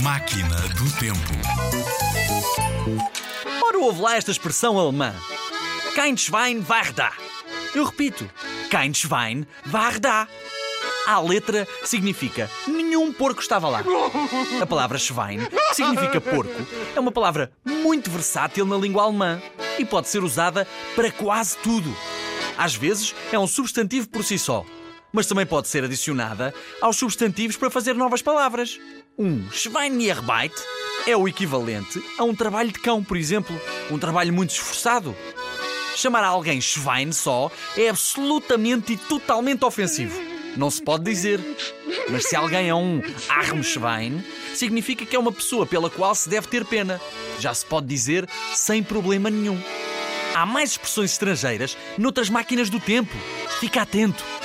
Máquina do Tempo. Ora, ouve lá esta expressão alemã. Kein Schwein war da. Eu repito. Kein Schwein war da. A letra significa nenhum porco estava lá. A palavra Schwein, que significa porco, é uma palavra muito versátil na língua alemã e pode ser usada para quase tudo. Às vezes é um substantivo por si só, mas também pode ser adicionada aos substantivos para fazer novas palavras. Um Schweinearbeit é o equivalente a um trabalho de cão, por exemplo, um trabalho muito esforçado. Chamar alguém Schwein só é absolutamente e totalmente ofensivo. Não se pode dizer. Mas se alguém é um Armschwein, significa que é uma pessoa pela qual se deve ter pena. Já se pode dizer sem problema nenhum. Há mais expressões estrangeiras noutras máquinas do tempo. Fica atento.